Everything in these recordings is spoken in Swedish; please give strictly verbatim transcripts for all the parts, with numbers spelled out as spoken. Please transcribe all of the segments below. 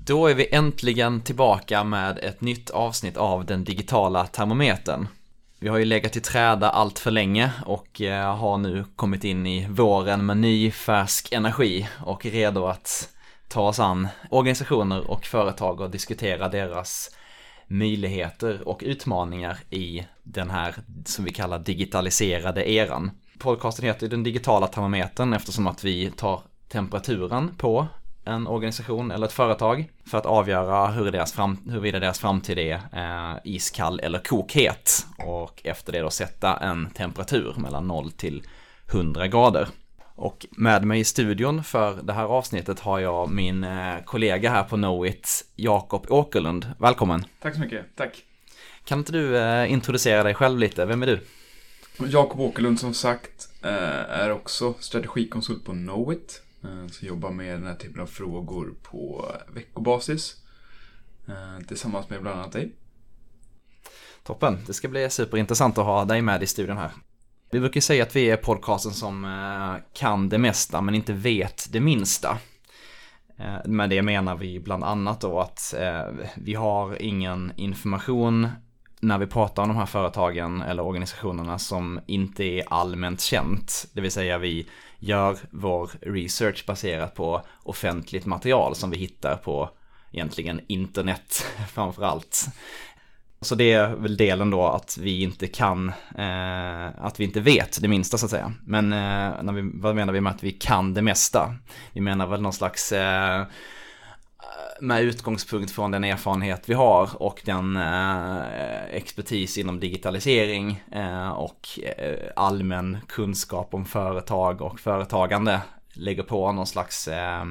Då är vi äntligen tillbaka med ett nytt avsnitt av den digitala termometern. Vi har ju legat i träda allt för länge och har nu kommit in i våren med ny färsk energi och redo att ta oss an organisationer och företag och diskutera deras möjligheter och utmaningar i den här som vi kallar digitaliserade eran. Podcasten heter Den digitala termometern eftersom att vi tar temperaturen på en organisation eller ett företag för att avgöra hur deras fram, huruvida deras framtid är eh, iskall eller kokhet och efter det då sätta en temperatur mellan noll till hundra grader. Och med mig i studion för det här avsnittet har jag min eh, kollega här på Knowit, Jakob Åkerlund. Välkommen. Tack så mycket, tack. Kan inte du eh, introducera dig själv lite? Vem är du? Jakob Åkerlund som sagt eh, är också strategikonsult på Knowit. Så jobbar med den här typen av frågor på veckobasis tillsammans med bland annat dig. Toppen, det ska bli superintressant att ha dig med i studion här. Vi brukar säga att vi är podcasten som kan det mesta men inte vet det minsta. Med det menar vi bland annat då att vi har ingen information när vi pratar om de här företagen eller organisationerna som inte är allmänt känt. Det vill säga vi gör vår research baserat på offentligt material som vi hittar på egentligen internet framförallt. Så det är väl delen då att vi inte kan, eh, att vi inte vet det minsta så att säga. Men eh, när vi, vad menar vi med att vi kan det mesta? Vi menar väl någon slags... Eh, med utgångspunkt från den erfarenhet vi har och den eh, expertis inom digitalisering eh, och eh, allmän kunskap om företag och företagande lägger på någon slags eh,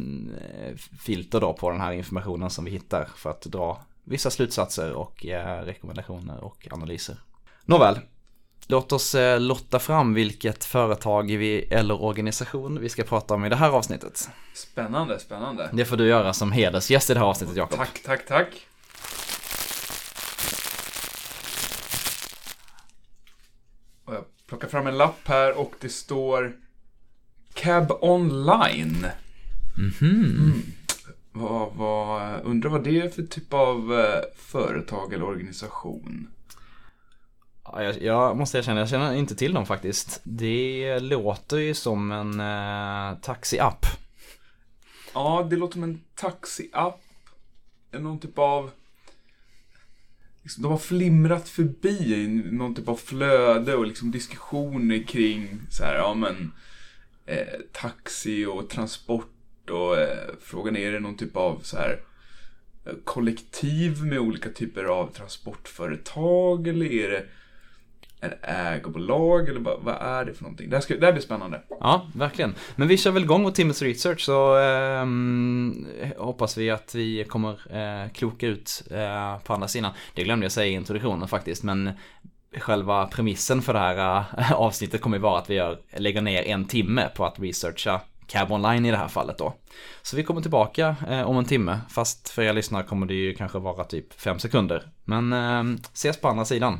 filter då på den här informationen som vi hittar för att dra vissa slutsatser och eh, rekommendationer och analyser. Nåväl, låt oss eh, lotta fram vilket företag vi, eller organisation vi ska prata om i det här avsnittet. Spännande, spännande. Det får du göra som hedersgäst i det här avsnittet, Jakob. Tack, tack, tack. Och jag plockar fram en lapp här och det står Cab Online. Mhm. Mm. Vad, vad, undrar vad det är för typ av eh, företag eller organisation? Ja, jag, jag måste erkänna, jag känner inte till dem faktiskt. Det låter ju som en eh, taxi-app. Ja, det låter som en taxi-app. Någon typ av... De har flimrat förbi någon typ av flöde och liksom diskussioner kring så här, ja men eh, taxi och transport och eh, frågan är, är det någon typ av så här kollektiv med olika typer av transportföretag eller är det en ägarbolag eller vad, vad är det för någonting? Det här, ska, det här blir spännande. Ja, verkligen. Men vi kör väl igång med Timmets Research så eh, hoppas vi att vi kommer eh, kloka ut eh, på andra sidan. Det glömde jag säga i introduktionen faktiskt, men själva premissen för det här eh, avsnittet kommer vara att vi gör, lägger ner en timme på att researcha Cab Online i det här fallet då. Så vi kommer tillbaka eh, om en timme, fast för er lyssnare kommer det ju kanske vara typ fem sekunder. Men eh, ses på andra sidan.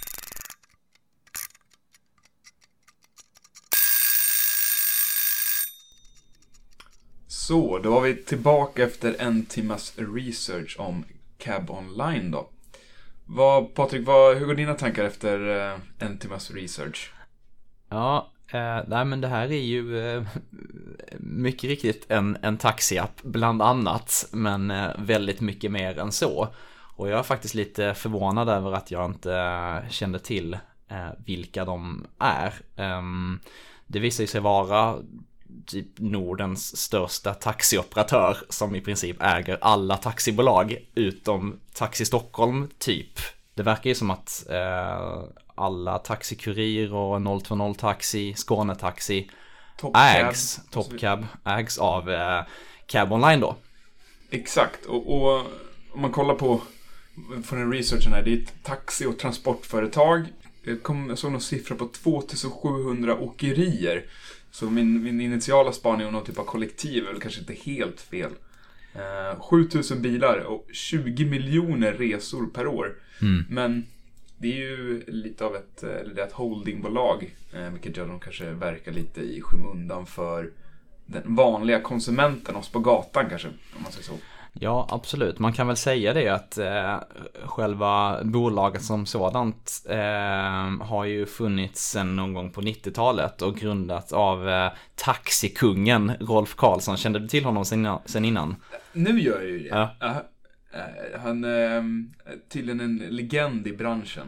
Så, då var vi tillbaka efter en timmas research om Cab Online då. Vad, Patrik, vad, hur går dina tankar efter uh, en timmas research? Ja, eh, nej men det här är ju eh, mycket riktigt en, en taxiapp bland annat, men eh, väldigt mycket mer än så. Och jag är faktiskt lite förvånad över att jag inte eh, kände till eh, vilka de är. Eh, det visar sig vara typ Nordens största taxioperatör som i princip äger alla taxibolag utom Taxi Stockholm typ. Det verkar ju som att eh, alla Taxikurir och noll två noll Taxi, Skåne Taxi Top ägs, Cab. Top Cab ägs av eh, Cab Online då. Exakt, och, och om man kollar på från den researchen här, det är ett taxi- och transportföretag. Jag, kom, jag såg någon siffra på tvåtusen sjuhundra åkerier. Så min, min initiala spaning om någon typ av kollektiv är väl kanske inte helt fel. Eh, sjutusen bilar och tjugo miljoner resor per år. Mm. Men det är ju lite av ett, eller det är ett holdingbolag, eh, vilket gör de kanske verkar lite i skymundan för den vanliga konsumenten, oss på gatan kanske, om man säger så. Ja, absolut. Man kan väl säga det att eh, själva bolaget som sådant eh, har ju funnits sedan någon gång på nittiotalet och grundats av eh, taxikungen Rolf Karlsson. Kände du till honom sen, sen innan? Nu gör jag ju det. Ja. Uh, uh, han är uh, tydligen en legend i branschen.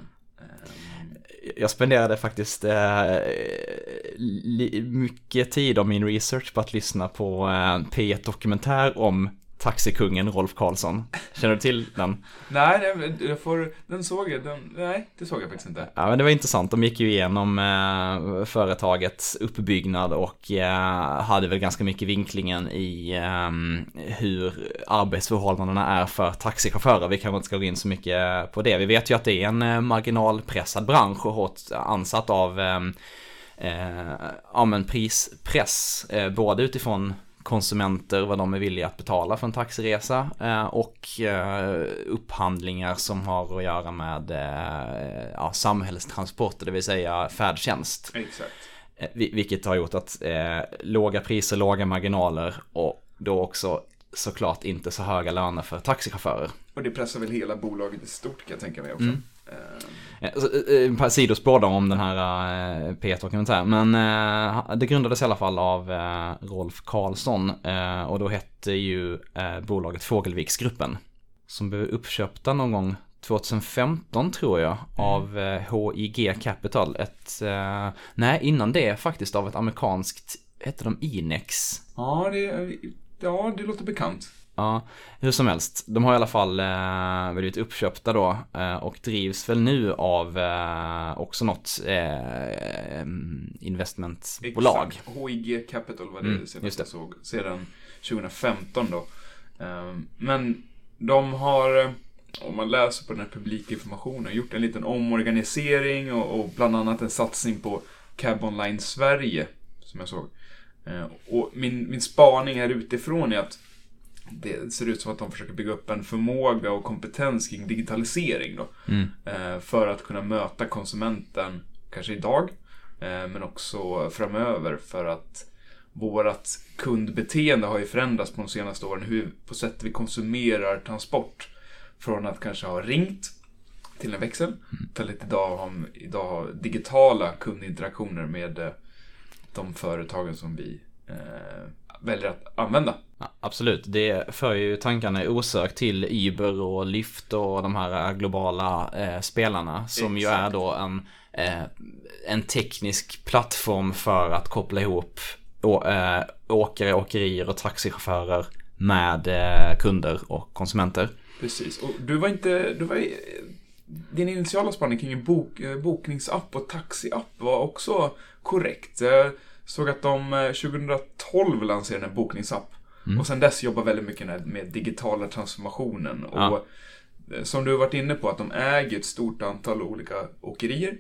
Jag spenderade faktiskt eh, li- mycket tid av min research på att lyssna på eh, P ett-dokumentär om taxikungen Rolf Karlsson. Känner du till den? Nej, jag får, den såg jag. Den, nej, det såg jag faktiskt inte. Ja, men det var intressant. De gick ju igenom eh, företagets uppbyggnad och eh, hade väl ganska mycket vinklingen i eh, hur arbetsförhållandena är för taxichaufförer. Vi kanske inte ska gå in så mycket på det. Vi vet ju att det är en eh, marginalpressad bransch och hårt ansatt av eh, eh, ja, men prispress. Eh, både utifrån konsumenter, vad de är villiga att betala för en taxiresa eh, och eh, upphandlingar som har att göra med eh, ja, samhällstransporter, det vill säga färdtjänst. Exakt. Eh, vilket har gjort att eh, låga priser, låga marginaler och då också såklart inte så höga löner för taxichaufförer. Och det pressar väl hela bolaget i stort, kan jag tänka mig också. Mm. Ett par sidospår om den här eh, P ett-dokumentären. Men eh, det grundades i alla fall av eh, Rolf Karlsson eh, och då hette ju eh, bolaget Fågelviksgruppen, som blev uppköpta någon gång tjugohundrafemton tror jag av eh, H I G Capital. Ett, eh, nej, innan det faktiskt av ett amerikanskt, hette de Inex? Ja, det, ja, det låter bekant. Ja, hur som helst. De har i alla fall eh, blivit uppköpta då eh, och drivs väl nu av eh, också något eh, investmentbolag. Exakt. H I G Capital var det mm, senast jag såg. Sedan tjugohundrafemton då. Eh, men de har, om man läser på den här publikinformationen, gjort en liten omorganisering och, och bland annat en satsning på Cab Online Sverige, som jag såg. Eh, och min, min spaning här utifrån är att det ser ut som att de försöker bygga upp en förmåga och kompetens kring digitalisering då. Mm. För att kunna möta konsumenten kanske idag, men också framöver, för att vårat kundbeteende har ju förändrats på de senaste åren, hur på sätt vi konsumerar transport, från att kanske ha ringt till en växel mm. till att idag ha, idag ha digitala kundinteraktioner med de företagen som vi eh, väljer att använda. Ja, absolut, det för ju tankarna osökt till Uber och Lyft och de här globala eh, spelarna som Exakt. Ju är då en, eh, en teknisk plattform för att koppla ihop å, eh, åkare, åkerier och taxichaufförer med eh, kunder och konsumenter. Precis, och du var inte, du var i, din initiala spaning kring en bok, bokningsapp och taxiapp var också korrekt. Jag såg att de tjugohundratolv lanserade en bokningsapp. Mm. Och sen dess jobbar väldigt mycket med, med digitala transformationen. Ja. Och som du har varit inne på, att de äger ett stort antal olika åkerier.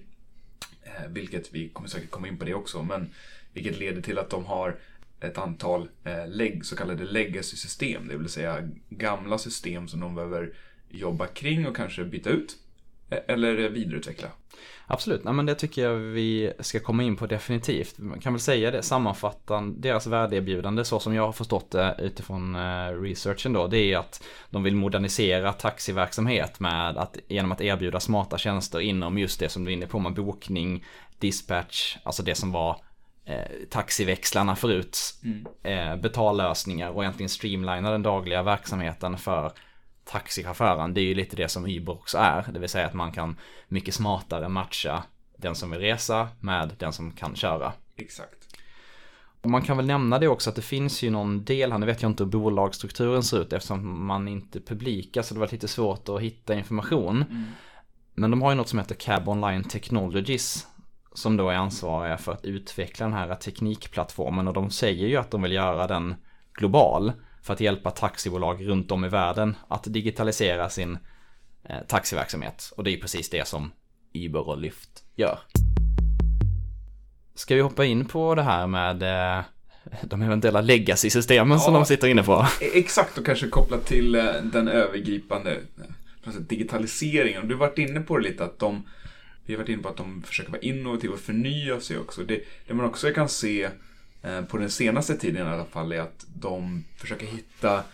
Eh, vilket vi kommer säkert komma in på det också. Men vilket leder till att de har ett antal eh, leg, så kallade legacy-system. Det vill säga gamla system som de behöver jobba kring och kanske byta ut. Eller vidareutveckla. Absolut, nej, men det tycker jag vi ska komma in på definitivt. Man kan väl säga det, sammanfattan deras värdeerbjudande så som jag har förstått det utifrån uh, researchen då, det är att de vill modernisera taxiverksamhet med att, genom att erbjuda smarta tjänster inom just det som du är inne på med bokning, dispatch, alltså det som var eh, taxiväxlarna förut, mm. eh, betallösningar och egentligen streamlina den dagliga verksamheten för taxichauffören. Det är ju lite det som Uber också är. Det vill säga att man kan mycket smartare matcha den som vill resa med den som kan köra. Exakt. Och man kan väl nämna det också att det finns ju någon del här, nu vet jag inte hur bolagsstrukturen ser ut eftersom man inte publikar så det var lite svårt att hitta information. Mm. Men de har ju något som heter Cab Online Technologies som då är ansvariga för att utveckla den här teknikplattformen och de säger ju att de vill göra den global för att hjälpa taxibolag runt om i världen att digitalisera sin eh, taxiverksamhet. Och det är precis det som Uber och Lyft gör. Ska vi hoppa in på det här med eh, de eventuella legacy-systemen ja, som de sitter inne på? Exakt, och kanske kopplat till eh, den övergripande eh, digitaliseringen. Du har varit inne på det lite att de, vi har varit inne på att de försöker vara innovativa och förnya sig också. Det, det man också kan se på den senaste tiden i alla fall är att de försöker hitta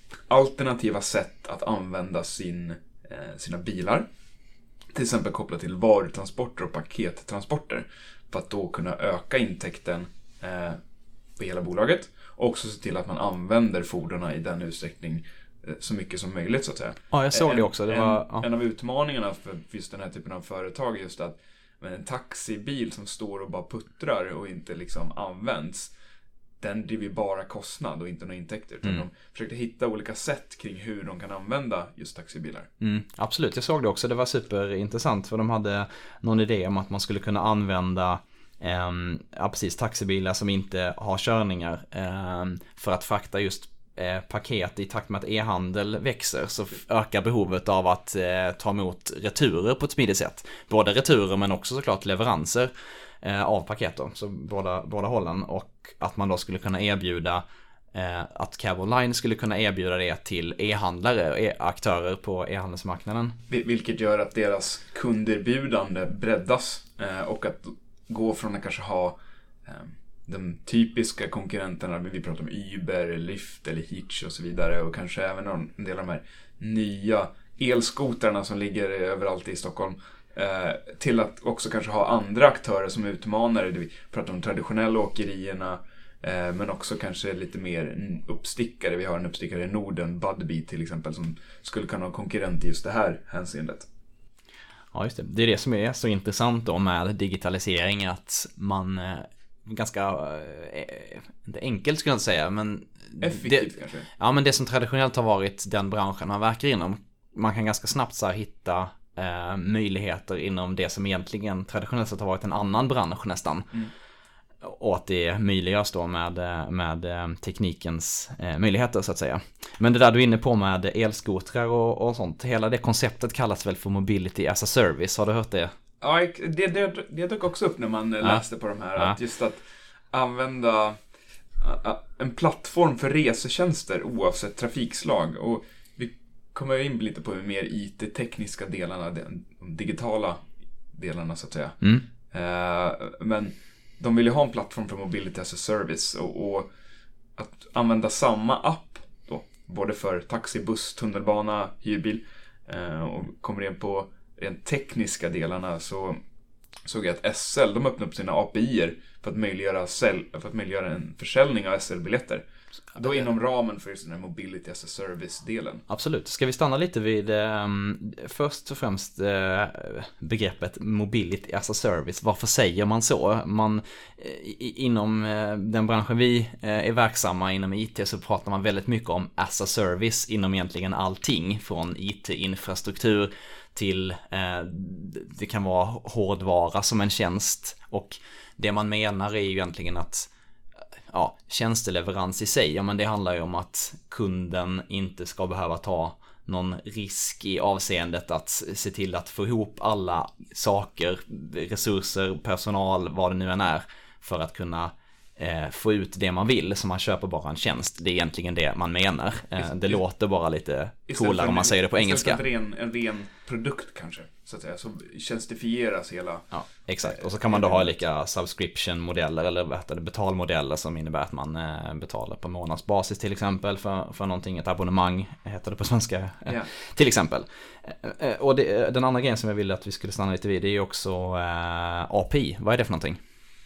alternativa sätt att använda sin, eh, sina bilar. Till exempel kopplat till varutransporter och pakettransporter. För att då kunna öka intäkten eh, på hela bolaget. Och också se till att man använder fordonen i den utsträckning eh, så mycket som möjligt så att säga. Ja, jag såg det också. Det var, en, ja. en av utmaningarna för just den här typen av företag är just att men en taxibil som står och bara puttrar och inte liksom används, den driver ju bara kostnad och inte några intäkter. Utan mm. de försökte hitta olika sätt kring hur de kan använda just taxibilar. Mm, absolut, jag såg det också. Det var superintressant för de hade någon idé om att man skulle kunna använda eh, ja, precis, taxibilar som inte har körningar eh, för att frakta just eh, paket. I takt med att e-handel växer så ökar behovet av att eh, ta emot returer på ett smidigt sätt. Både returer men också såklart leveranser av paket då, så båda, båda hållen, och att man då skulle kunna erbjuda eh, att Cab Online skulle kunna erbjuda det till e-handlare och e-aktörer på e-handelsmarknaden. Vilket gör att deras kunderbjudande breddas eh, och att gå från att kanske ha eh, de typiska konkurrenterna, vi pratar om Uber, Lyft eller Hitch och så vidare, och kanske även en del av de här nya elskotarna som ligger överallt i Stockholm, till att också kanske ha andra aktörer som utmanare. Vi pratar om traditionella åkerierna, men också kanske lite mer uppstickare. Vi har en uppstickare i Norden, Budbee till exempel, som skulle kunna ha konkurrent i just det här hänseendet. Ja, just det. Det är det som är så intressant då med digitalisering, att man ganska inte enkelt skulle jag inte säga, men effektivt det, kanske. Ja, men det som traditionellt har varit den branschen man verkar inom, man kan ganska snabbt så här hitta Eh, möjligheter inom det som egentligen traditionellt sett har varit en annan bransch nästan. Mm. Och att det möjliggörs då med, med teknikens eh, möjligheter så att säga. Men det där du är inne på med elskotrar och, och sånt, hela det konceptet kallas väl för Mobility as a Service, har du hört det? Ja, det, det, det dök också upp när man ja. läste på de här, ja. att just att använda en plattform för resetjänster oavsett trafikslag. Och kommer jag in lite på mer I T-tekniska delarna, de digitala delarna så att säga. Mm. Eh, men de vill ju ha en plattform för Mobility as a Service, och, och att använda samma app då, både för taxi, buss, tunnelbana, hyrbil, eh, och kommer in på rent tekniska delarna, så såg jag att S L, de öppnade upp sina A P I-er för att möjliggöra, för att möjliggöra en försäljning av S L-biljetter. Då inom ramen för den här Mobility as a Service-delen. Absolut. Ska vi stanna lite vid um, först och främst uh, begreppet Mobility as a Service. Varför säger man så? Man, i, inom uh, den branschen vi uh, är verksamma inom I T, så pratar man väldigt mycket om as a service inom egentligen allting. Från I T-infrastruktur till uh, det kan vara hårdvara som en tjänst. Och det man menar är ju egentligen att ja, tjänsteleverans i sig, ja, men det handlar ju om att kunden inte ska behöva ta någon risk i avseendet att se till att få ihop alla saker, resurser, personal, vad det nu än är, för att kunna eh, få ut det man vill, så man köper bara en tjänst. Det är egentligen det man menar. Eh, det låter bara lite coolare om man säger det på engelska. En ren, en ren produkt kanske, så att säga, så tjänstifieras hela. Ja, exakt. Och så kan man då ha olika subscription-modeller eller vad heter det, betalmodeller som innebär att man eh, betalar på månadsbasis till exempel för, för någonting, ett abonnemang heter det på svenska, eh, yeah. till exempel. Eh, och det, den andra grejen som jag ville att vi skulle stanna lite vid, det är ju också eh, A P I. Vad är det för någonting?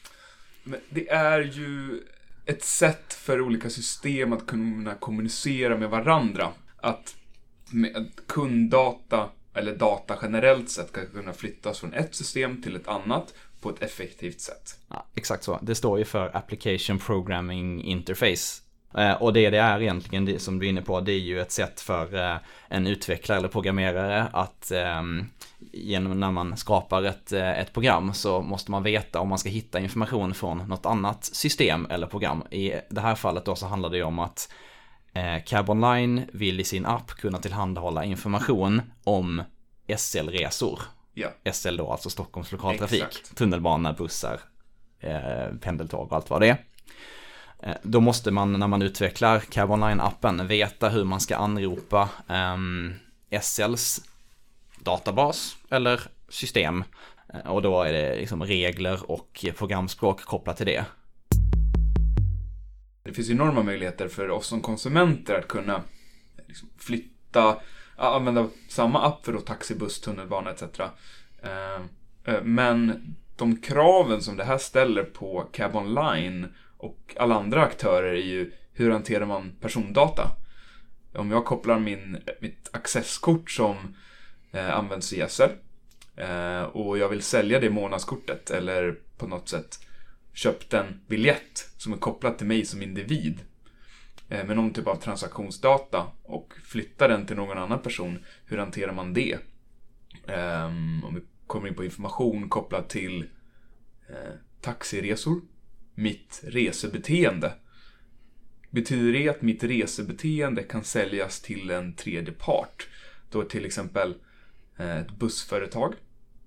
Men det är ju ett sätt för olika system att kunna kommunicera med varandra. Att med kunddata eller data generellt sett kan kunna flyttas från ett system till ett annat på ett effektivt sätt. Ja, exakt så. Det står ju för Application Programming Interface. Och det det är egentligen, det som du är inne på, det är ju ett sätt för en utvecklare eller programmerare att genom när man skapar ett, ett program, så måste man veta om man ska hitta information från något annat system eller program. I det här fallet då så handlar det ju om att Cab Online vill i sin app kunna tillhandahålla information om S L-resor. Ja. S L då, alltså Stockholms lokaltrafik, Exakt. Tunnelbana, bussar, eh, pendeltåg och allt vad det är. Eh, då måste man, när man utvecklar Cab Online-appen, veta hur man ska anropa eh, S L:s databas eller system. Eh, och då är det liksom regler och programspråk kopplat till det. Det finns enorma möjligheter för oss som konsumenter att kunna liksom flytta, använda samma app för då taxi, buss, tunnelbana et cetera. Men de kraven som det här ställer på Cab Online och alla andra aktörer är ju hur hanterar man persondata. Om jag kopplar min, mitt accesskort som eh, används i S L eh, och jag vill sälja det månadskortet eller på något sätt köpt en biljett som är kopplad till mig som individ eh, med någon typ av transaktionsdata och flyttar den till någon annan person, hur hanterar man det? Eh, om vi kommer in på information kopplad till eh, taxiresor, mitt resebeteende. Betyder det att mitt resebeteende kan säljas till en tredje part? Då till exempel ett bussföretag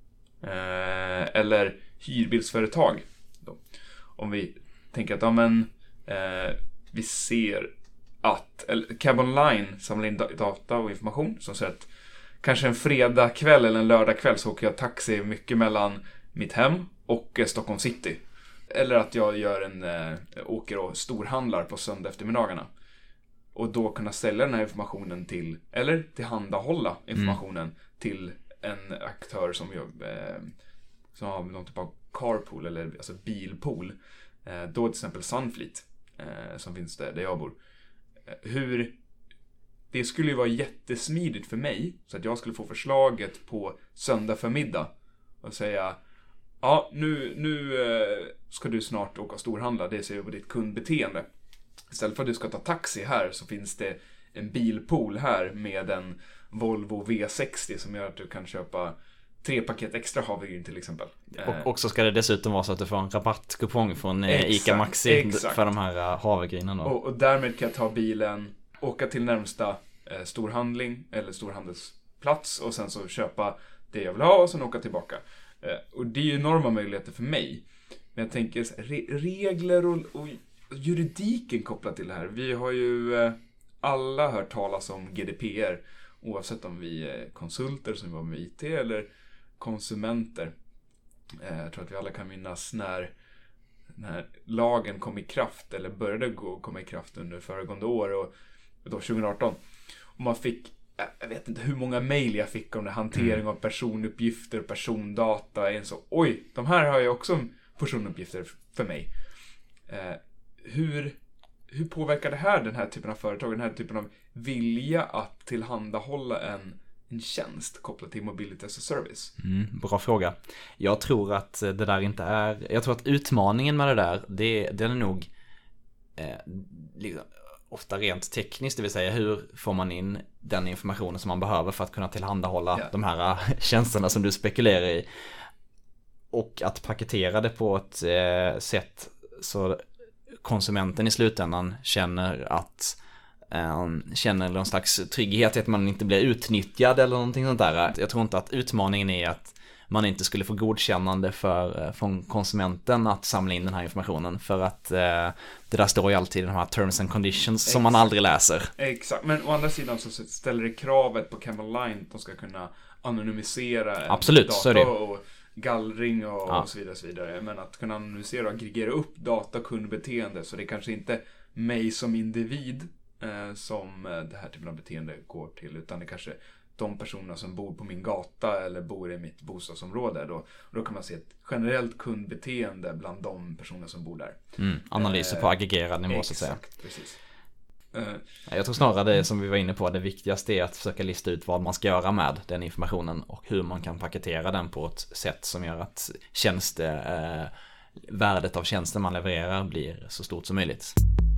eh, eller hyrbilsföretag. Då. Om vi tänker att ja, men, eh, vi ser att eller, Cab Online samlar in data och information som säger att kanske en fredag kväll eller en lördag kväll så åker jag taxi mycket mellan mitt hem och eh, Stockholm city. Eller att jag gör en, äh, åker och storhandlar på söndag eftermiddagarna. Och då kunna sälja den här informationen till, eller tillhandahålla informationen mm. till en aktör som, jag, äh, som har någon typ av carpool eller alltså bilpool. Äh, då till exempel Sunfleet äh, som finns där, där jag bor. Äh, hur det skulle ju vara jättesmidigt för mig så att jag skulle få förslaget på söndag förmiddag och säga ja, nu, nu eh, ska du snart åka och storhandla. Det ser ju på ditt kundbeteende. Istället för att du ska ta taxi här så finns det en bilpool här med en Volvo V sextio som gör att du kan köpa tre paket extra havregryn till exempel. Och, och så ska det dessutom vara så att du får en rabattkupong från exakt, Ica Maxi exakt. För de här havregrynen. Och, och därmed kan jag ta bilen, åka till närmsta eh, storhandling eller storhandelsplats och sen så köpa det jag vill ha och sen åka tillbaka. Och det är ju enorma möjligheter för mig. Men jag tänker re- regler och, och juridiken kopplat till det här. Vi har ju eh, alla hört talas om G D P R. Oavsett om vi är konsulter som jobbar med I T eller konsumenter. Eh, jag tror att vi alla kan minnas när, när lagen kom i kraft eller började gå, komma i kraft under föregående år och då tjugo arton. Och man fick jag vet inte hur många mejl jag fick om det, hantering mm. av personuppgifter, persondata. En så, oj, de här har ju också personuppgifter för mig. Eh, hur, hur påverkar det här den här typen av företag, den här typen av vilja att tillhandahålla en, en tjänst kopplat till Mobility as a Service? Mm, bra fråga. Jag tror att det där inte är, jag tror att utmaningen med det där, det, den är nog eh, liksom, ofta rent tekniskt, det vill säga hur får man in den informationen som man behöver för att kunna tillhandahålla yeah. de här tjänsterna som du spekulerar i, och att paketera det på ett eh, sätt så konsumenten i slutändan känner att eh, känner någon slags trygghet i att man inte blir utnyttjad eller någonting sånt där. Jag tror inte att utmaningen är att man inte skulle få godkännande för, från konsumenten att samla in den här informationen, för att eh, det där står ju alltid i de här terms and conditions Exakt. Som man aldrig läser. Exakt, men å andra sidan så ställer det kravet på Cab Online att de ska kunna anonymisera Absolut, data så är det. Och gallring och, ja. och så vidare, så vidare. Men att kunna anonymisera och aggregera upp data, kundbeteende, så det är kanske inte mig som individ eh, som det här typen av beteende går till, utan det kanske de personer som bor på min gata eller bor i mitt bostadsområde. Då, då kan man se ett generellt kundbeteende bland de personer som bor där. Mm, analyser eh, på aggregerad nivå så att säga. Exakt, precis. Jag tror snarare det som vi var inne på, det viktigaste är att försöka lista ut vad man ska göra med den informationen och hur man kan paketera den på ett sätt som gör att tjänste, eh, värdet av tjänsten man levererar blir så stort som möjligt.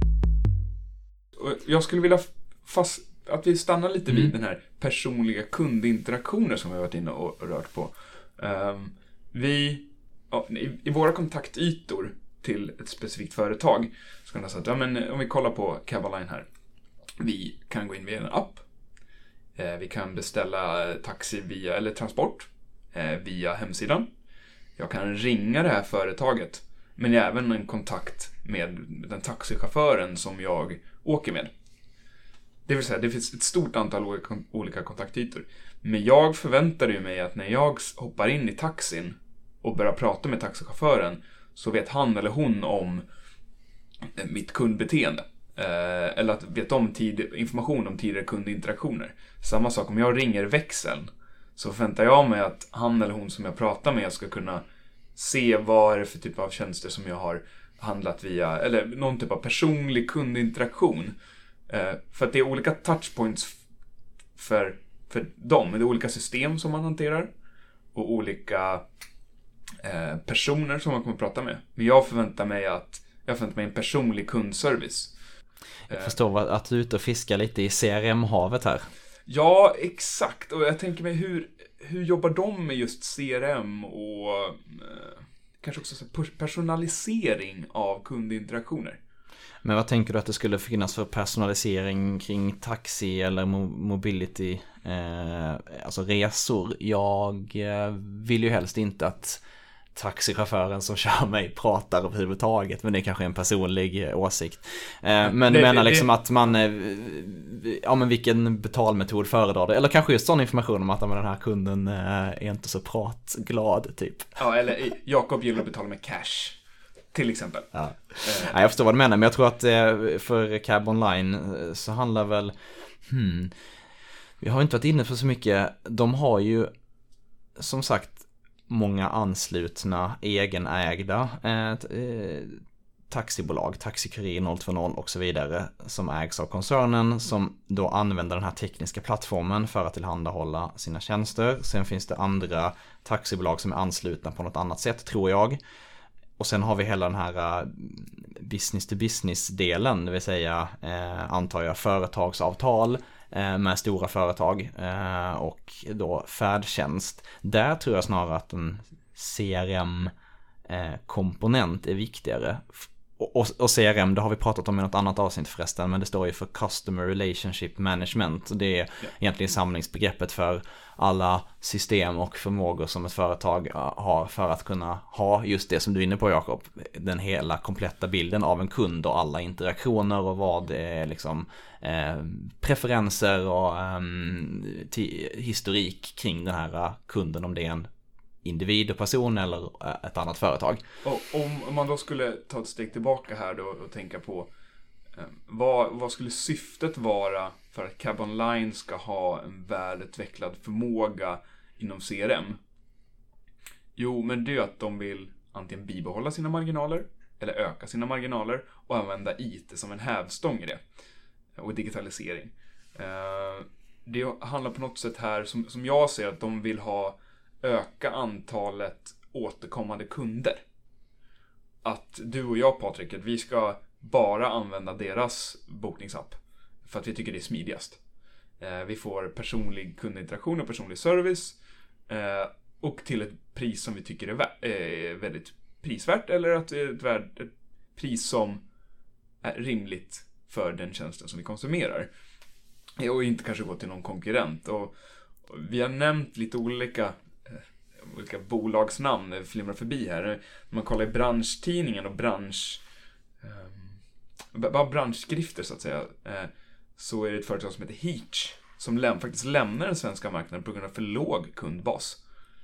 Jag skulle vilja fast, att vi stannar lite vid mm. den här personliga kundinteraktioner som vi har varit inne och rört på. Um, vi, ja, i, i våra kontaktytor till ett specifikt företag så kan jag säga att ja, men om vi kollar på Cab Online här. Vi kan gå in via en app. Eh, vi kan beställa taxi via, eller transport eh, via hemsidan. Jag kan ringa det här företaget, men även en kontakt med den taxichauffören som jag åker med. Det vill säga, det finns ett stort antal olika kontaktytor. Men jag förväntar ju mig att när jag hoppar in i taxin och börjar prata med taxichauffören så vet han eller hon om mitt kundbeteende. Eh, eller att veta om tid, information om tidigare kundinteraktioner. Samma sak, om jag ringer växeln så förväntar jag mig att han eller hon som jag pratar med ska kunna se vad är det för typ av tjänster som jag har handlat via, eller någon typ av personlig kundinteraktion. Eh, för att det är olika touchpoints för, för dem. Det är olika system som man hanterar och olika eh, personer som man kommer att prata med. Men jag förväntar mig att jag förväntar mig en personlig kundservice. Jag förstår att du är ute och fiskar lite i C R M-havet här. Ja, exakt. Och jag tänker mig hur, hur jobbar de med just C R M och eh, kanske också så personalisering av kundinteraktioner. Men vad tänker du att det skulle finnas för personalisering kring taxi eller mo- mobility, eh, alltså resor? Jag eh, vill ju helst inte att taxichauffören som kör mig pratar överhuvudtaget, men det är kanske en personlig åsikt. Eh, men du menar liksom det... att man, eh, ja men vilken betalmetod föredrar det? Eller kanske just sån information om att men, den här kunden eh, är inte så pratglad typ. Ja, eller Jakob gillar att betala med cash. Till exempel. Ja. Eh. Ja, jag förstår vad du menar, men jag tror att eh, för Cab Online eh, så handlar väl hmm, vi har inte varit inne på så mycket. De har ju som sagt många anslutna, egenägda eh, eh, taxibolag, Taxikurir noll två noll och så vidare, som ägs av koncernen, som då använder den här tekniska plattformen för att tillhandahålla sina tjänster. Sen finns det andra taxibolag som är anslutna på något annat sätt, tror jag. Och sen har vi hela den här business to business delen, det vill säga eh, antar jag företagsavtal med stora företag och då färdtjänst. Där tror jag snarare att en C R M-komponent är viktigare. Och C R M, det har vi pratat om i något annat avsnitt förresten, men det står ju för Customer Relationship Management. Det är ja. egentligen samlingsbegreppet för alla system och förmågor som ett företag har för att kunna ha just det som du är inne på, Jakob. Den hela kompletta bilden av en kund och alla interaktioner och vad det är liksom eh, preferenser och eh, t- historik kring den här kunden, om det är en individ och person eller ett annat företag. Och om man då skulle ta ett steg tillbaka här då och tänka på eh, vad, vad skulle syftet vara för att Cab Online ska ha en välutvecklad förmåga inom C R M? Jo, men det är att de vill antingen bibehålla sina marginaler eller öka sina marginaler och använda I T som en hävstång i det. Och digitalisering. Eh, det handlar på något sätt här som, som jag ser att de vill ha öka antalet återkommande kunder. Att du och jag, Patrik, att vi ska bara använda deras bokningsapp för att vi tycker det är smidigast. Eh, vi får personlig kundinteraktion och personlig service eh, och till ett pris som vi tycker är vä- eh, väldigt prisvärt, eller att det är ett, värd, ett pris som är rimligt för den tjänsten som vi konsumerar. Och inte kanske gå till någon konkurrent. Och, och vi har nämnt lite olika olika bolagsnamn det flimrar förbi här. När man kollar i branschtidningen och bransch um, bara branschskrifter så att säga, eh, så är det ett företag som heter Heach som läm- faktiskt lämnar den svenska marknaden på grund av för låg kundbas.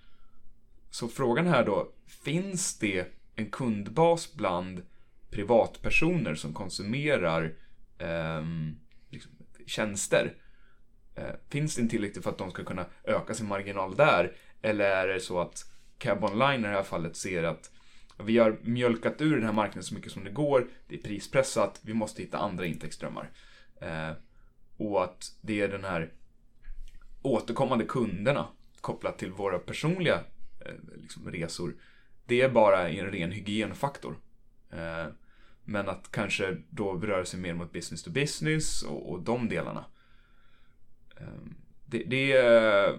Så frågan här då, finns det en kundbas bland privatpersoner som konsumerar eh, liksom, tjänster? Eh, finns det en tillräckligt för att de ska kunna öka sin marginal där? Eller är det så att Cab Online i det här fallet ser att vi har mjölkat ur den här marknaden så mycket som det går, det är prispressat, vi måste hitta andra intäktsströmmar. Eh, och att det är den här återkommande kunderna kopplat till våra personliga eh, liksom resor, det är bara en ren hygienfaktor. Eh, men att kanske då röra sig mer mot business to business och, och de delarna. Eh, det, det är...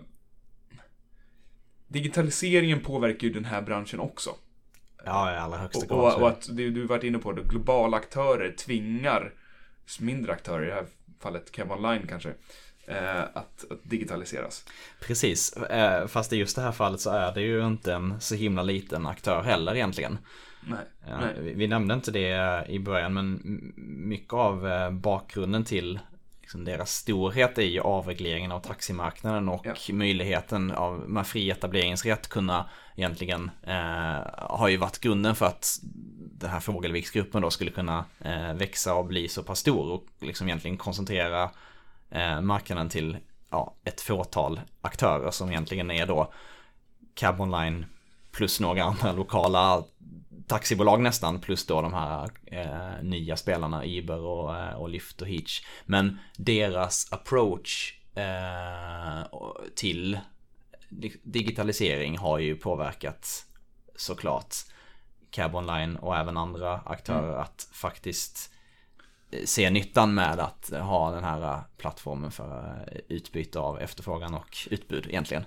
Digitaliseringen påverkar ju den här branschen också. Ja, i allra högsta grad. Och, och, och att det du varit inne på, då, globala aktörer tvingar mindre aktörer, i det här fallet Cab Online kanske, eh, att, att digitaliseras. Precis, eh, fast i just det här fallet så är det ju inte en så himla liten aktör heller egentligen. Nej, ja, nej. Vi, vi nämnde inte det i början, men mycket av bakgrunden till liksom deras storhet är ju avregleringen av taximarknaden och ja. möjligheten av med fri etableringsrätt kunna egentligen eh, har ju varit grunden för att den här Fågelviksgruppen då skulle kunna eh, växa och bli så pass stor och liksom egentligen koncentrera eh, marknaden till ja, ett fåtal aktörer som egentligen är då Cab Online plus några andra lokala taxibolag nästan, plus då de här eh, nya spelarna Uber och, eh, och Lyft och Hitch. Men deras approach eh, till digitalisering har ju påverkat såklart Cab Online och även andra aktörer mm. att faktiskt se nyttan med att ha den här plattformen för utbyte av efterfrågan och utbud egentligen.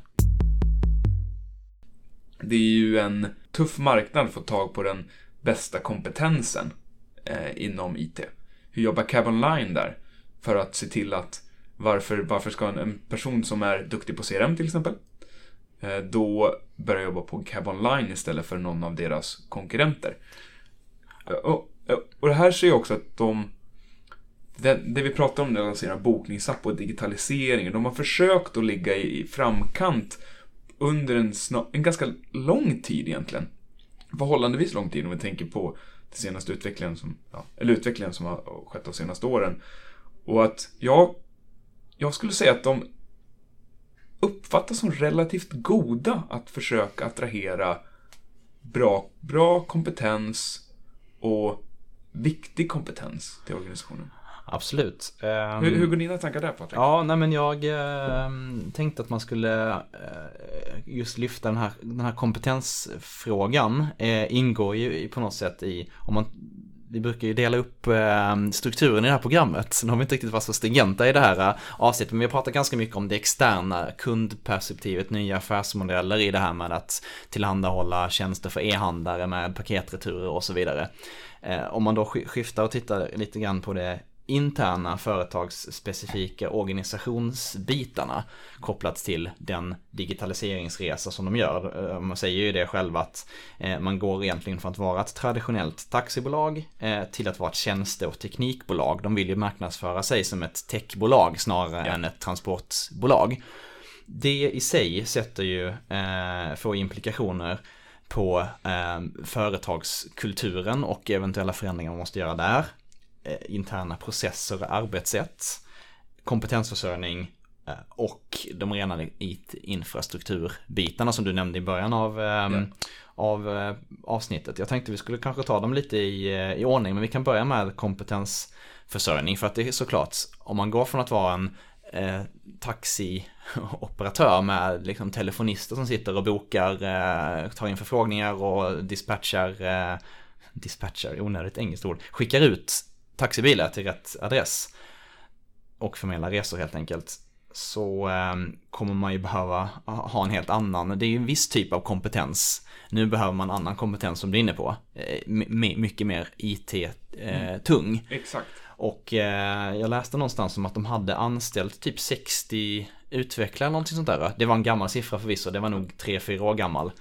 Det är ju en tuff marknad att få tag på den bästa kompetensen eh, inom I T. Hur jobbar Cab Online där? För att se till att varför, varför ska en, en person som är duktig på C R M till exempel eh, då börja jobba på Cab Online istället för någon av deras konkurrenter. Och, och det här ser jag också att de det, det vi pratar om när de lanserar bokningsapp och digitalisering, de har försökt att ligga i, i framkant under en, snar, en ganska lång tid egentligen. Förhållandevis lång tid om vi tänker på den senaste utvecklingen som, ja, eller utvecklingen som har skett de senaste åren. Och att jag, jag skulle säga att de uppfattas som relativt goda att försöka attrahera bra, bra kompetens och viktig kompetens till organisationen. Absolut. Um, hur, hur går dina tankar där, Patrik? Ja, nej men jag eh, tänkte att man skulle eh, just lyfta den här, den här kompetensfrågan. Eh, ingår ju på något sätt i, om man, vi brukar ju dela upp eh, strukturen i det här programmet. Nu har vi inte riktigt varit så stringenta i det här eh, avsnittet, men vi har pratat ganska mycket om det externa kundperspektivet, nya affärsmodeller i det här med att tillhandahålla tjänster för e-handlare med paketreturer och så vidare. Eh, om man då skiftar och tittar lite grann på det interna företagsspecifika organisationsbitarna kopplat till den digitaliseringsresa som de gör. Man säger ju det själv att man går egentligen från att vara ett traditionellt taxibolag till att vara ett tjänste- och teknikbolag. De vill ju marknadsföra sig som ett techbolag snarare ja. än ett transportbolag. Det i sig sätter ju får implikationer på företagskulturen och eventuella förändringar man måste göra där. Interna processer, arbetssätt, kompetensförsörjning och de rena I T-infrastrukturbitarna som du nämnde i början av, yeah. av avsnittet. Jag tänkte vi skulle kanske ta dem lite i, i ordning, men vi kan börja med kompetensförsörjning, för att det är såklart, om man går från att vara en eh, taxioperatör med liksom telefonister som sitter och bokar, eh, tar in förfrågningar och dispatchar eh, dispatchar, onödigt engelskt ord, skickar ut taxibilar till rätt adress och förmedlar resor helt enkelt, så eh, kommer man ju behöva ha en helt annan, det är ju en viss typ av kompetens. Nu behöver man annan kompetens som du är inne på, eh, mycket mer I T-tung. Eh, mm, exakt. Och eh, jag läste någonstans om att de hade anställt typ sextio utvecklare eller någonting sånt där. Det var en gammal siffra förvisso, det var nog tre fyra år gammal.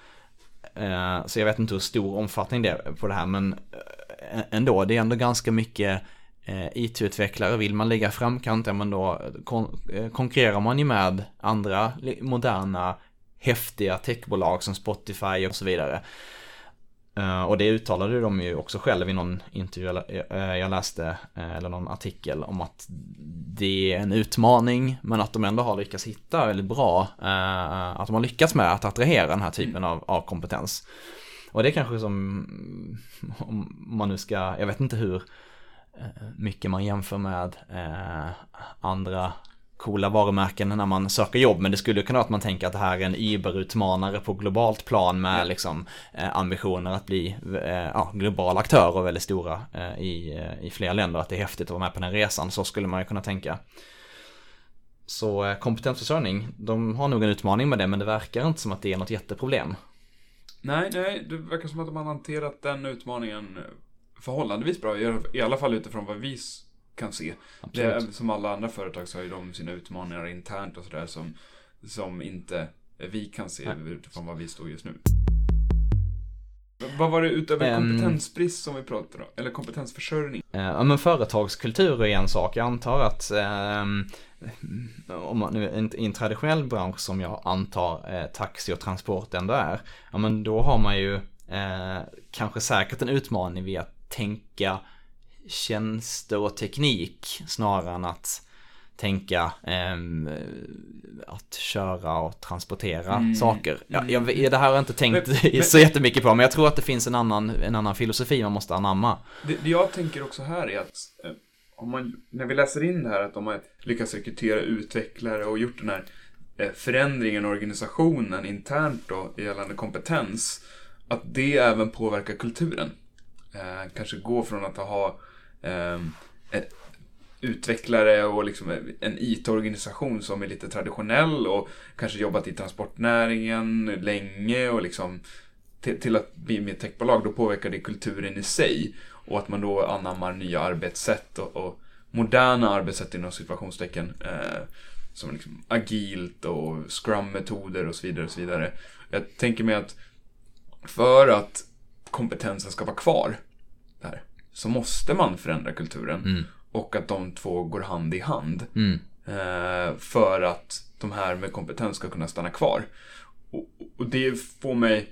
Eh, så jag vet inte hur stor omfattning det är på det här, men eh, ändå, det är ändå ganska mycket eh, I T-utvecklare. Vill man lägga framkant, ja, men då kon- eh, konkurrerar man ju med andra moderna, häftiga techbolag som Spotify och så vidare. Uh, och det uttalade de ju också själv i någon intervju jag läste, eller någon artikel, om att det är en utmaning, men att de ändå har lyckats hitta väldigt bra, uh, att de har lyckats med att attrahera den här typen av, av kompetens. Och det är kanske som, om man nu ska, jag vet inte hur mycket man jämför med uh, andra coola varumärken när man söker jobb, men det skulle kunna vara att man tänker att det här är en Uber-utmanare på globalt plan med liksom, eh, ambitioner att bli eh, ja, global aktör och väldigt stora eh, i, eh, i flera länder, att det är häftigt att vara med på den resan. Så skulle man ju kunna tänka. Så eh, kompetensförsörjning, de har nog en utmaning med det, men det verkar inte som att det är något jätteproblem. Nej, nej, det verkar som att de har hanterat den utmaningen förhållandevis bra, i alla fall utifrån vad vi kan se. Det är, som alla andra företag så har ju de sina utmaningar internt och sådär som, som inte vi kan se Nej. utifrån vad vi står just nu. Vad var det utöver kompetensbrist som vi pratade om? Eller kompetensförsörjning? Ja, men företagskultur är en sak. Jag antar att eh, om man nu i en traditionell bransch som jag antar eh, taxi och transport ändå är, ja men då har man ju eh, kanske säkert en utmaning vid att tänka tjänster och teknik snarare än att tänka eh, att köra och transportera mm. saker. Jag, jag, det här har jag inte tänkt men, men, så jättemycket på, men jag tror att det finns en annan, en annan filosofi man måste anamma. Det, det jag tänker också här är att eh, om man, när vi läser in det här att de har lyckats rekrytera utvecklare och gjort den här eh, förändringen i organisationen internt då, gällande kompetens, att det även påverkar kulturen. Eh, kanske gå från att ha eh, ett utvecklare och liksom en I T-organisation som är lite traditionell och kanske jobbat i transportnäringen länge och liksom till, till att bli med techbolag, då påverkar det kulturen i sig och att man då anammar nya arbetssätt och, och moderna arbetssätt inom situationstecken eh, som liksom agilt och scrum-metoder och så vidare och så vidare. Jag tänker mig att för att kompetensen ska vara kvar där så måste man förändra kulturen. Mm. Och att de två går hand i hand mm. eh, för att de här med kompetens ska kunna stanna kvar. Och, och det får mig,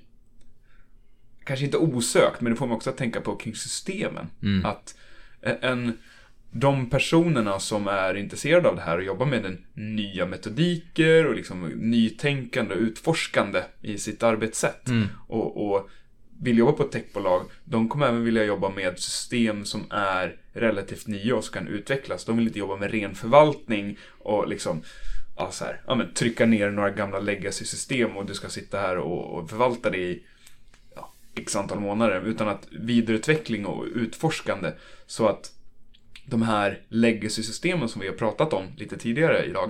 kanske inte osökt, men det får mig också att tänka på kring systemen. Mm. Att en, de personerna som är intresserade av det här och jobbar med den nya metodiker och liksom nytänkande och utforskande i sitt arbetssätt mm. och, och vill jobba på ett techbolag, de kommer även vilja jobba med system som är relativt nya och som kan utvecklas. De vill inte jobba med ren förvaltning och liksom ja, så här, ja, men, trycka ner några gamla legacy-system och du ska sitta här och, och förvalta det i ja, x antal månader, utan att vidareutveckling och utforskande så att de här legacy-systemen som vi har pratat om lite tidigare idag,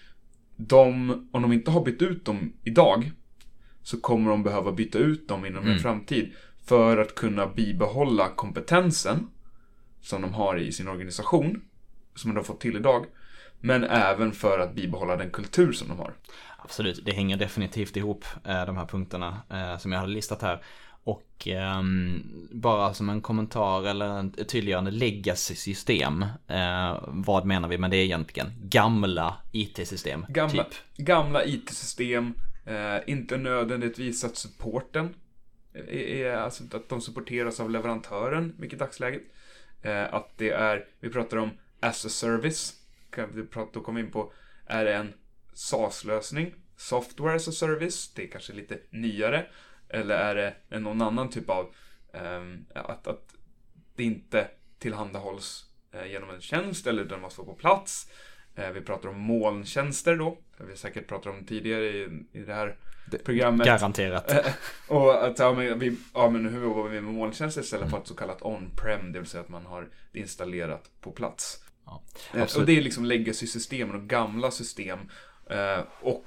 de, om de inte har bytt ut dem idag så kommer de behöva byta ut dem inom mm. en framtid för att kunna bibehålla kompetensen som de har i sin organisation, som de har fått till idag, men även för att bibehålla den kultur som de har. Absolut, det hänger definitivt ihop eh, de här punkterna eh, som jag hade listat här. Och eh, bara som en kommentar eller ett tydliggörande legacy-system, eh, vad menar vi med det egentligen? Gamla I T-system. Gamla, typ. gamla I T-system. Eh, inte nödvändigtvis att supporten är, är alltså att de supporteras av leverantören mycket i dagsläget. Eh, att det är, vi pratar om as a service, kan vi prata, då kommer vi in på, är det en SaaS-lösning, software as a service, det är kanske lite nyare, eller är det en någon annan typ av eh, att, att det inte tillhandahålls eh, genom en tjänst eller den måste vara på plats. Vi pratar om molntjänster då. Vi säkert pratat om tidigare i, i det här programmet. Garanterat. Och att ja, men, vi, ja, men hur jobbar vi med molntjänster istället för ett så kallat on-prem, det vill säga att man har det installerat på plats. Ja, och det är liksom legacy-systemen och gamla system. Och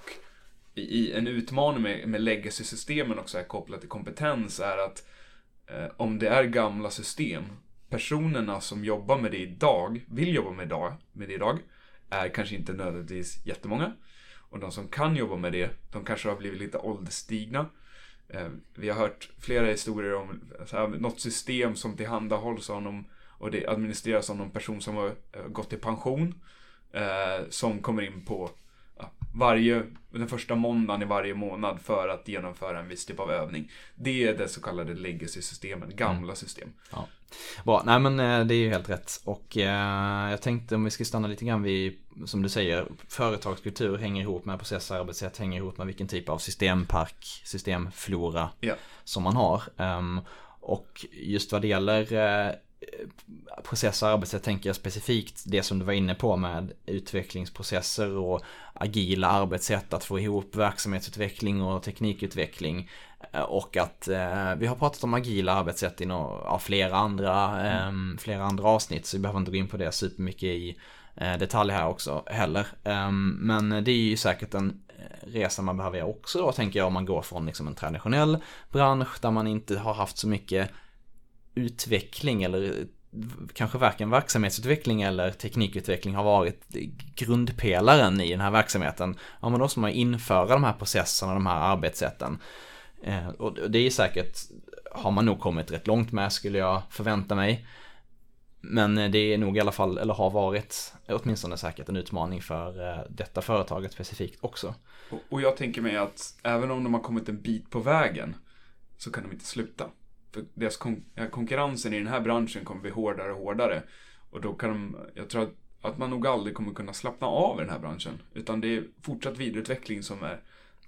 i en utmaning med, med legacy-systemen också är kopplat till kompetens är att om det är gamla system, personerna som jobbar med det idag, vill jobba med, idag, med det idag, är kanske inte nödvändigtvis jättemånga. Och de som kan jobba med det, de kanske har blivit lite ålderstigna. Eh, vi har hört flera historier om så här, något system som tillhandahålls av någon, och det administreras av någon person som har eh, gått i pension. Eh, som kommer in på ja, varje, den första måndagen i varje månad för att genomföra en viss typ av övning. Det är det så kallade legacy-systemen, gamla mm. system. Ja. Bra, nej men det är ju helt rätt. Och eh, jag tänkte om vi ska stanna lite grann vid, som du säger, företagskultur hänger ihop med processarbetssätt, hänger ihop med vilken typ av systempark, systemflora yeah. som man har. Um, och just vad det gäller eh, process och arbetssätt tänker jag specifikt det som du var inne på med utvecklingsprocesser och agila arbetssätt, att få ihop verksamhetsutveckling och teknikutveckling, och att eh, vi har pratat om agila arbetssätt i no- av flera andra eh, flera andra avsnitt, så vi behöver inte gå in på det supermycket i eh, detalj här också heller, eh, men det är ju säkert en resa man behöver göra också då, tänker jag, om man går från liksom en traditionell bransch där man inte har haft så mycket utveckling eller kanske varken verksamhetsutveckling eller teknikutveckling har varit grundpelaren i den här verksamheten. Ja, men då måste man införa de här processerna, de här arbetssätten. Eh, och det är säkert, har man nog kommit rätt långt med, skulle jag förvänta mig. Men det är nog i alla fall, eller har varit åtminstone säkert en utmaning för eh, detta företaget specifikt också. Och, och jag tänker mig att även om de har kommit en bit på vägen så kan de inte sluta. För deras kon- konkurrensen i den här branschen kommer bli hårdare och hårdare. Och då kan de, jag tror att, att man nog aldrig kommer kunna slappna av i den här branschen. Utan det är fortsatt vidareutveckling som är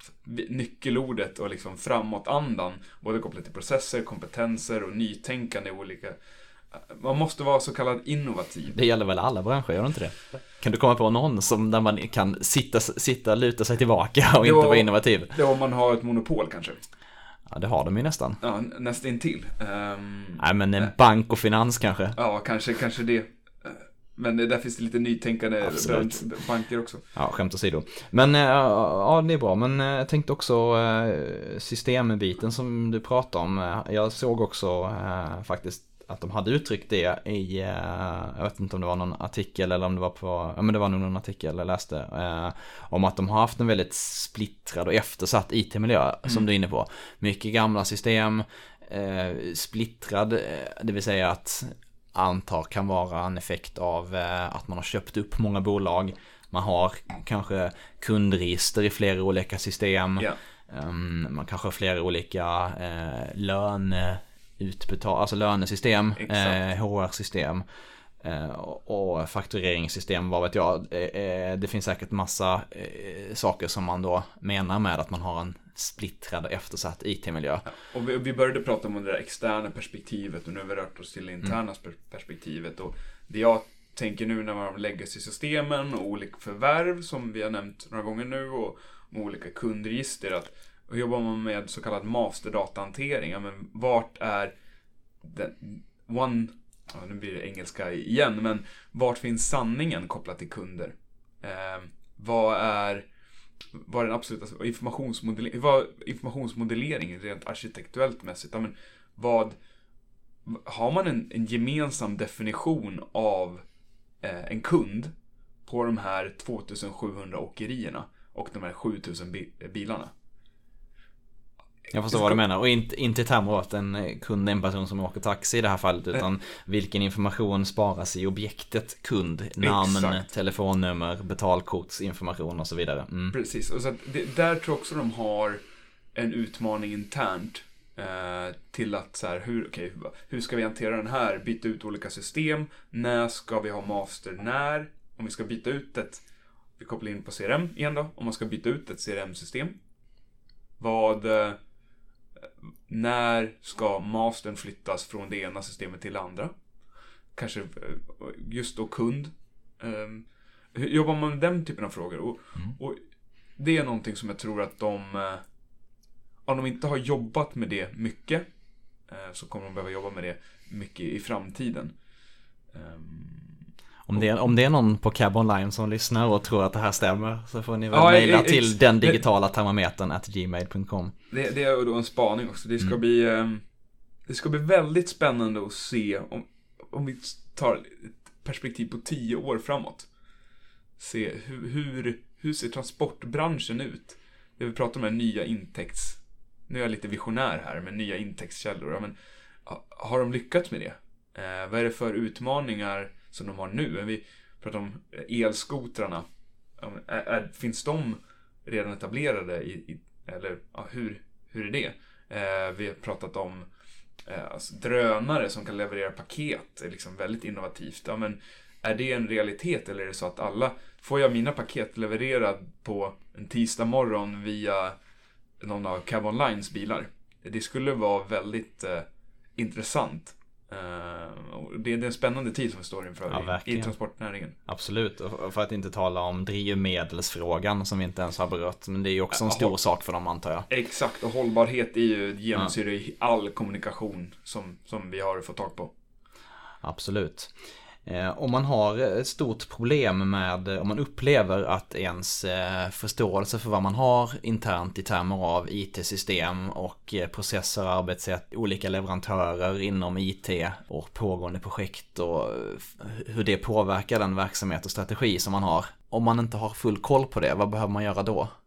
nyckelordet och liksom framåtandan. Både kopplat till processer, kompetenser och nytänkande i olika... Man måste vara så kallad innovativ. Det gäller väl alla branscher, gör det inte det? Kan du komma på någon som där man kan sitta, sitta luta sig tillbaka och det inte var, vara innovativ? Det är om man har ett monopol kanske. Ja, det har de ju nästan. Ja, nästan till. Um, Nej, men en bank och finans kanske. Ja, kanske, kanske det. Men där finns det lite nytänkande Absolut. banker också. Ja, skämt åsido. Men ja, det är bra. Men jag tänkte också systembiten som du pratade om. Jag såg också faktiskt att de hade uttryckt det i, jag vet inte om det var någon artikel eller om det var på, ja men det var nog någon artikel jag läste, eh, om att de har haft en väldigt splittrad och eftersatt I T-miljö, mm. som du är inne på. Mycket gamla system, eh, splittrad, eh, det vill säga att antar kan vara en effekt av eh, att man har köpt upp många bolag. Man har kanske kundregister i flera olika system. Yeah. Um, man kanske har flera olika eh, lön utbetal, alltså lönesystem, eh, H R-system eh, och faktureringssystem, vad vet jag. Eh, det finns säkert massa eh, saker som man då menar med att man har en splittrad och eftersatt I T-miljö. Ja, och vi, vi började prata om det där externa perspektivet och nu har vi rört oss till det interna mm. perspektivet. Och det jag tänker nu när man lägger sig i systemen och olika förvärv som vi har nämnt några gånger nu och med olika kundregister, att och jobbar man med så kallad masterdata-hantering. Ja, men vart är den one, ja, nu blir det engelska igen, men vart finns sanningen kopplat till kunder? Eh, vad är vad är den absoluta informationsmodellering, vad informationsmodellering rent arkitektuellt mässigt? Ja, men vad har man en, en gemensam definition av eh, en kund på de här tvåtusensjuhundra åkerierna och de här sjutusen bi- bilarna? Jag förstår vad du menar. Och inte, inte i termer av att en kund är en person som åker taxi i det här fallet, utan vilken information sparas i objektet kund, namn, exakt. Telefonnummer, betalkortsinformation och så vidare. Mm. Precis, och så att det, där tror jag också de har en utmaning internt eh, till att så här, hur, okay, hur ska vi hantera den här? Byta ut olika system. När ska vi ha master? När? Om vi ska byta ut ett, vi kopplar in på C R M igen då, om man ska byta ut ett C R M-system. Vad... Eh, när ska mastern flyttas från det ena systemet till det andra? Kanske just då kund. Um, hur jobbar man med den typen av frågor? Och, mm. och det är någonting som jag tror att de, om de inte har jobbat med det mycket, så kommer de behöva jobba med det mycket i framtiden. Um, Om det, är, om det är någon på Cab Online som lyssnar och tror att det här stämmer, så får ni väl ja, mejla ex- till den digitala termometern at gmail punkt com. Det, det är då en spaning också. Det ska, mm. bli, det ska bli väldigt spännande att se om, om vi tar ett perspektiv på tio år framåt. Se hur, hur, hur ser transportbranschen ut? Det vi pratar om är nya intäkts... Nu är jag lite visionär här, men nya intäktskällor. Ja, men, har de lyckats med det? Eh, vad är det för utmaningar som de har nu? Vi pratar om elskotrarna. Är, är, finns de redan etablerade i, i, eller ja, hur, hur är det? Eh, vi har pratat om eh, alltså, drönare som kan leverera paket. Är liksom väldigt innovativt. Ja, men är det en realitet eller är det så att alla får jag mina paket levererad på en tisdag morgon via någon av Cab Onlines bilar? Det skulle vara väldigt eh, intressant. Uh, det är en spännande tid som vi står inför ja, i, i transportnäringen. Absolut, och för att inte tala om drivmedelsfrågan som vi inte ens har berört, men det är ju också en stor uh, sak för dem, antar jag. Exakt, och hållbarhet är ju genomsyrar i all kommunikation som, som vi har fått tag på. Absolut. Eh, om man har ett stort problem med, om man upplever att ens eh, förståelse för vad man har internt i termer av I T-system och eh, processer, arbetssätt, olika leverantörer inom I T och pågående projekt och f- hur det påverkar den verksamhet och strategi som man har. Om man inte har full koll på det, vad behöver man göra då?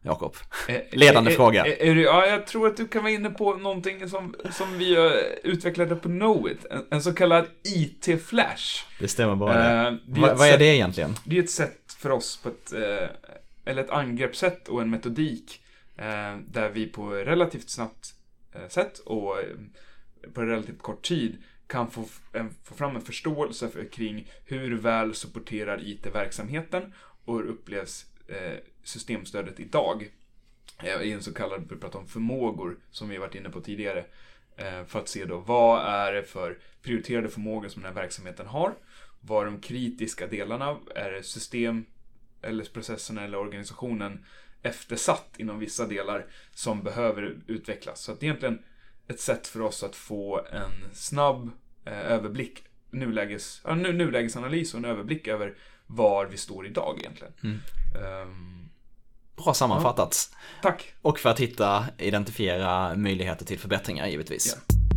Jakob? Ledande är, fråga. Är, är, är, ja, jag tror att du kan vara inne på någonting som, som vi uh, utvecklade på Knowit. En, en så kallad I T-flash. Det stämmer bara det. Uh, det Va, vad är det egentligen? Det är ett sätt för oss på ett, uh, eller ett angreppssätt och en metodik uh, där vi på relativt snabbt uh, sätt och uh, på relativt kort tid kan få, en, få fram en förståelse för, kring hur väl supporterar I T-verksamheten och hur upplevs eh, systemstödet idag eh, i en så kallad, vi pratar om förmågor som vi har varit inne på tidigare, eh, för att se då vad är det för prioriterade förmågor som den här verksamheten har, vad är de kritiska delarna, är det system eller processen eller organisationen eftersatt inom vissa delar som behöver utvecklas. Så att det är egentligen ett sätt för oss att få en snabb eh, överblick, nuläges, ja, nu, nulägesanalys och en överblick över var vi står idag egentligen. Mm. Um, Bra sammanfattat. Ja. Tack. Och för att hitta, identifiera möjligheter till förbättringar givetvis.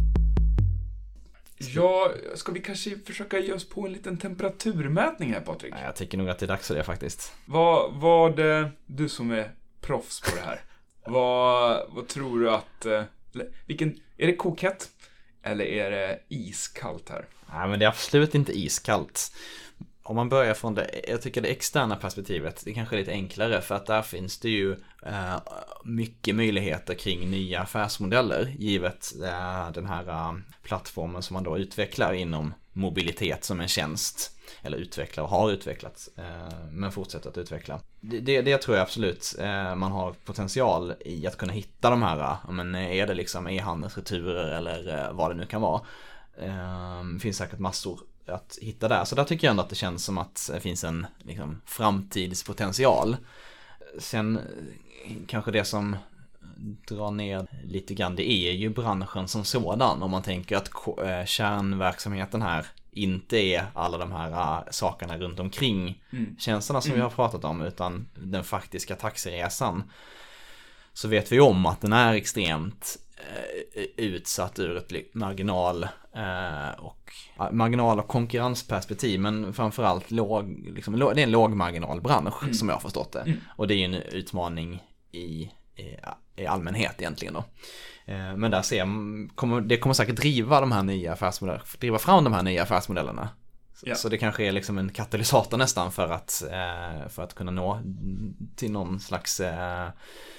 Ja. Ja, ska vi kanske försöka ge oss på en liten temperaturmätning här, Patrik? Ja, jag tycker nog att det är dags för det faktiskt. Vad, vad du som är proffs på det här, vad, vad tror du att... Vilken, är det kokhett eller är det iskallt här? Nej, men det är absolut inte iskallt. Om man börjar från det, jag tycker det externa perspektivet, det är kanske lite enklare för att där finns det ju eh, mycket möjligheter kring nya affärsmodeller givet eh, den här eh, plattformen som man då utvecklar inom mobilitet som en tjänst. Eller utvecklar och har utvecklat, eh, men fortsätter att utveckla. Det, det, det tror jag absolut eh, man har potential i att kunna hitta de här, eh, men är det liksom e-handelsreturer eller eh, vad det nu kan vara. Eh, det finns säkert massor att hitta där. Så där tycker jag ändå att det känns som att det finns en liksom, framtidspotential. Sen kanske det som drar ner lite grann, det är ju branschen som sådan. Om man tänker att kärnverksamheten här inte är alla de här uh, sakerna runt omkring mm. tjänsterna som mm. vi har pratat om, utan den faktiska taxiresan, så vet vi om att den är extremt uh, utsatt ur ett marginal uh, och uh, marginal och konkurrensperspektiv, men framförallt låg, liksom, låg, det är en lågmarginalbransch mm. som jag har förstått det. Mm. Och det är ju en utmaning i, i, i allmänhet egentligen då. Men där ser kommer, det kommer säkert driva de här nya affärsmodellerna, driva fram de här nya affärsmodellerna. Ja. Så det kanske är liksom en katalysator nästan för att, för att kunna nå till någon slags eh,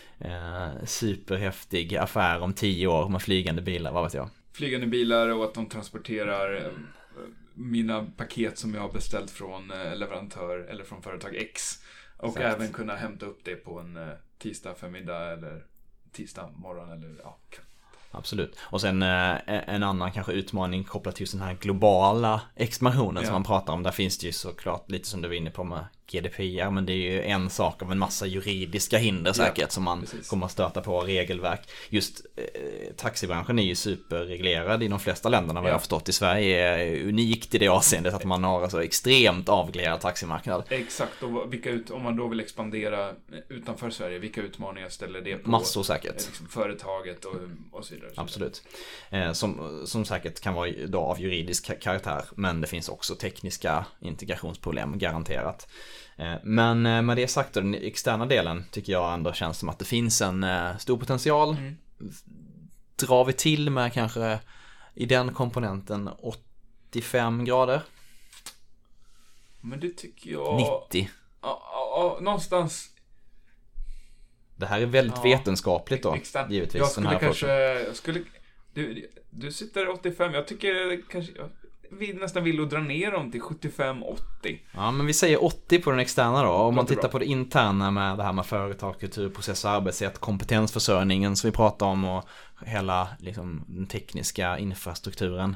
superhäftig affär om tio år med flygande bilar, vad vet jag. Flygande bilar och att de transporterar mina paket som jag har beställt från leverantör eller från företag X. Och exakt. Även kunna hämta upp det på en tisdag förmiddag eller tisdag morgon eller ja. Absolut. Och sen eh, en annan kanske utmaning kopplat till den här globala expansionen ja. som man pratar om. Där finns det ju såklart lite som du var inne på med G D P R, men det är ju en sak av en massa juridiska hinder säkert ja, som man precis. kommer att stöta på, regelverk. Just eh, taxibranschen är ju superreglerad i de flesta länderna vad ja. jag har förstått. I Sverige är unikt i det avseendet att man har alltså extremt avreglerad taximarknad. Exakt, och vilka ut, om man då vill expandera utanför Sverige, vilka utmaningar ställer det på? Massor säkert. Liksom företaget och, och så vidare. Absolut. Eh, som, som säkert kan vara då av juridisk karaktär, men det finns också tekniska integrationsproblem garanterat. Men med det sagt, den externa delen tycker jag ändå känns som att det finns en stor potential. Mm. Drar vi till med kanske i den komponenten åttiofem grader? Men det tycker jag... nittio. Ja, ja, någonstans... Det här är väldigt ja, vetenskapligt då, extern. givetvis. Jag skulle kanske... Jag skulle, du, du sitter åttiofem, jag tycker kanske... Vi nästan vill dra ner dem till sjuttiofem åttio. Ja, men vi säger åttio på den externa då. Om man tittar bra. på det interna med det här med företag, kultur, process och arbetssätt, kompetensförsörjningen som vi pratar om och hela liksom, den tekniska infrastrukturen.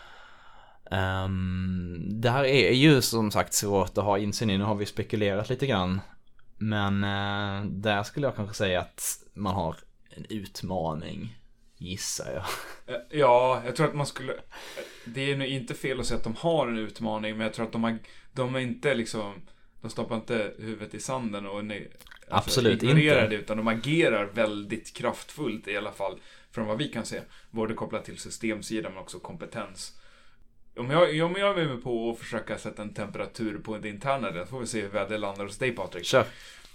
Um, det här är ju som sagt svårt att ha insyn i. Nu har vi spekulerat lite grann. Men uh, där skulle jag kanske säga att man har en utmaning. Gissar jag. Ja, jag tror att man skulle... Det är nog inte fel att säga att de har en utmaning, men jag tror att de, har, de är inte liksom... De stoppar inte huvudet i sanden och ne, alltså, absolut ignorerar det, utan de agerar väldigt kraftfullt i alla fall från vad vi kan se. Både kopplat till systemsidan men också kompetens. Om jag, om jag är med på att försöka sätta en temperatur på det interna, då får vi se hur väder landar hos dig, Patrik. Sure.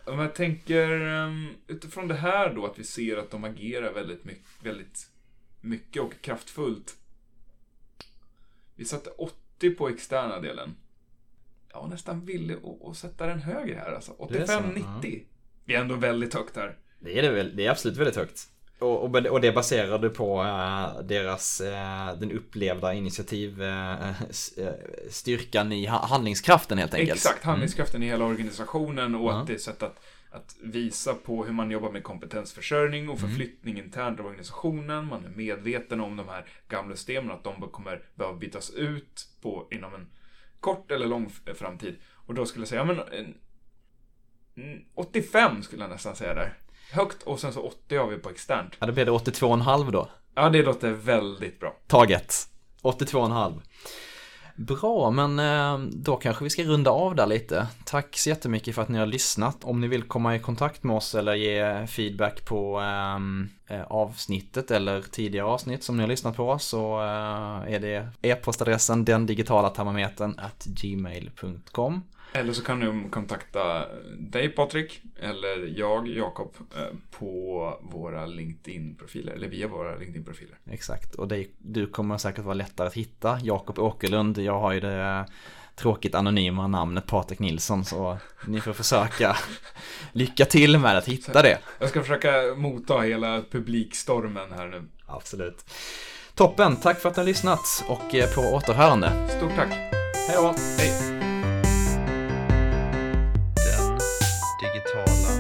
om jag tänker um, utifrån det här då, att vi ser att de agerar väldigt mycket, väldigt mycket och kraftfullt. Vi satte åttio på externa delen. Jag var nästan villig att, att sätta den högre här. Alltså. åttiofem nittio. Ja. Vi är ändå väldigt högt här. Det är det väl. Det är absolut väldigt högt. Och, och, och det baserar du på uh, deras, uh, den upplevda initiativ, uh, styrkan i ha- handlingskraften helt enkelt. Exakt, handlingskraften mm. i hela organisationen och uh-huh. att det är ett sätt att, att visa på hur man jobbar med kompetensförsörjning och förflyttning mm. internt av organisationen. Man är medveten om de här gamla systemen, att de kommer behöva bytas ut på, inom en kort eller lång framtid. Och då skulle jag säga, ja, men en, åttiofem skulle jag nästan säga där. Högt, och sen så åttio har vi på externt. Ja, då blir det åttiotvå komma fem då. Ja, det låter väldigt bra. Taget. åttiotvå komma fem. Bra, men då kanske vi ska runda av där lite. Tack så jättemycket för att ni har lyssnat. Om ni vill komma i kontakt med oss eller ge feedback på äh, avsnittet eller tidigare avsnitt som ni har lyssnat på, så äh, är det e-postadressen den digitala termometern at gmail punkt com. Eller så kan du kontakta dig, Patrik, eller jag, Jakob, på våra LinkedIn-profiler, eller via våra LinkedIn-profiler. Exakt, och det, du kommer säkert vara lättare att hitta. Jakob Åkerlund, jag har ju det tråkigt anonyma namnet Patrik Nilsson, så ni får försöka lycka till med att hitta det. Jag ska försöka motta hela publikstormen här nu. Absolut. Toppen, tack för att ni har lyssnat och på återhörande. Stort tack. Hej då. Hej. Digitala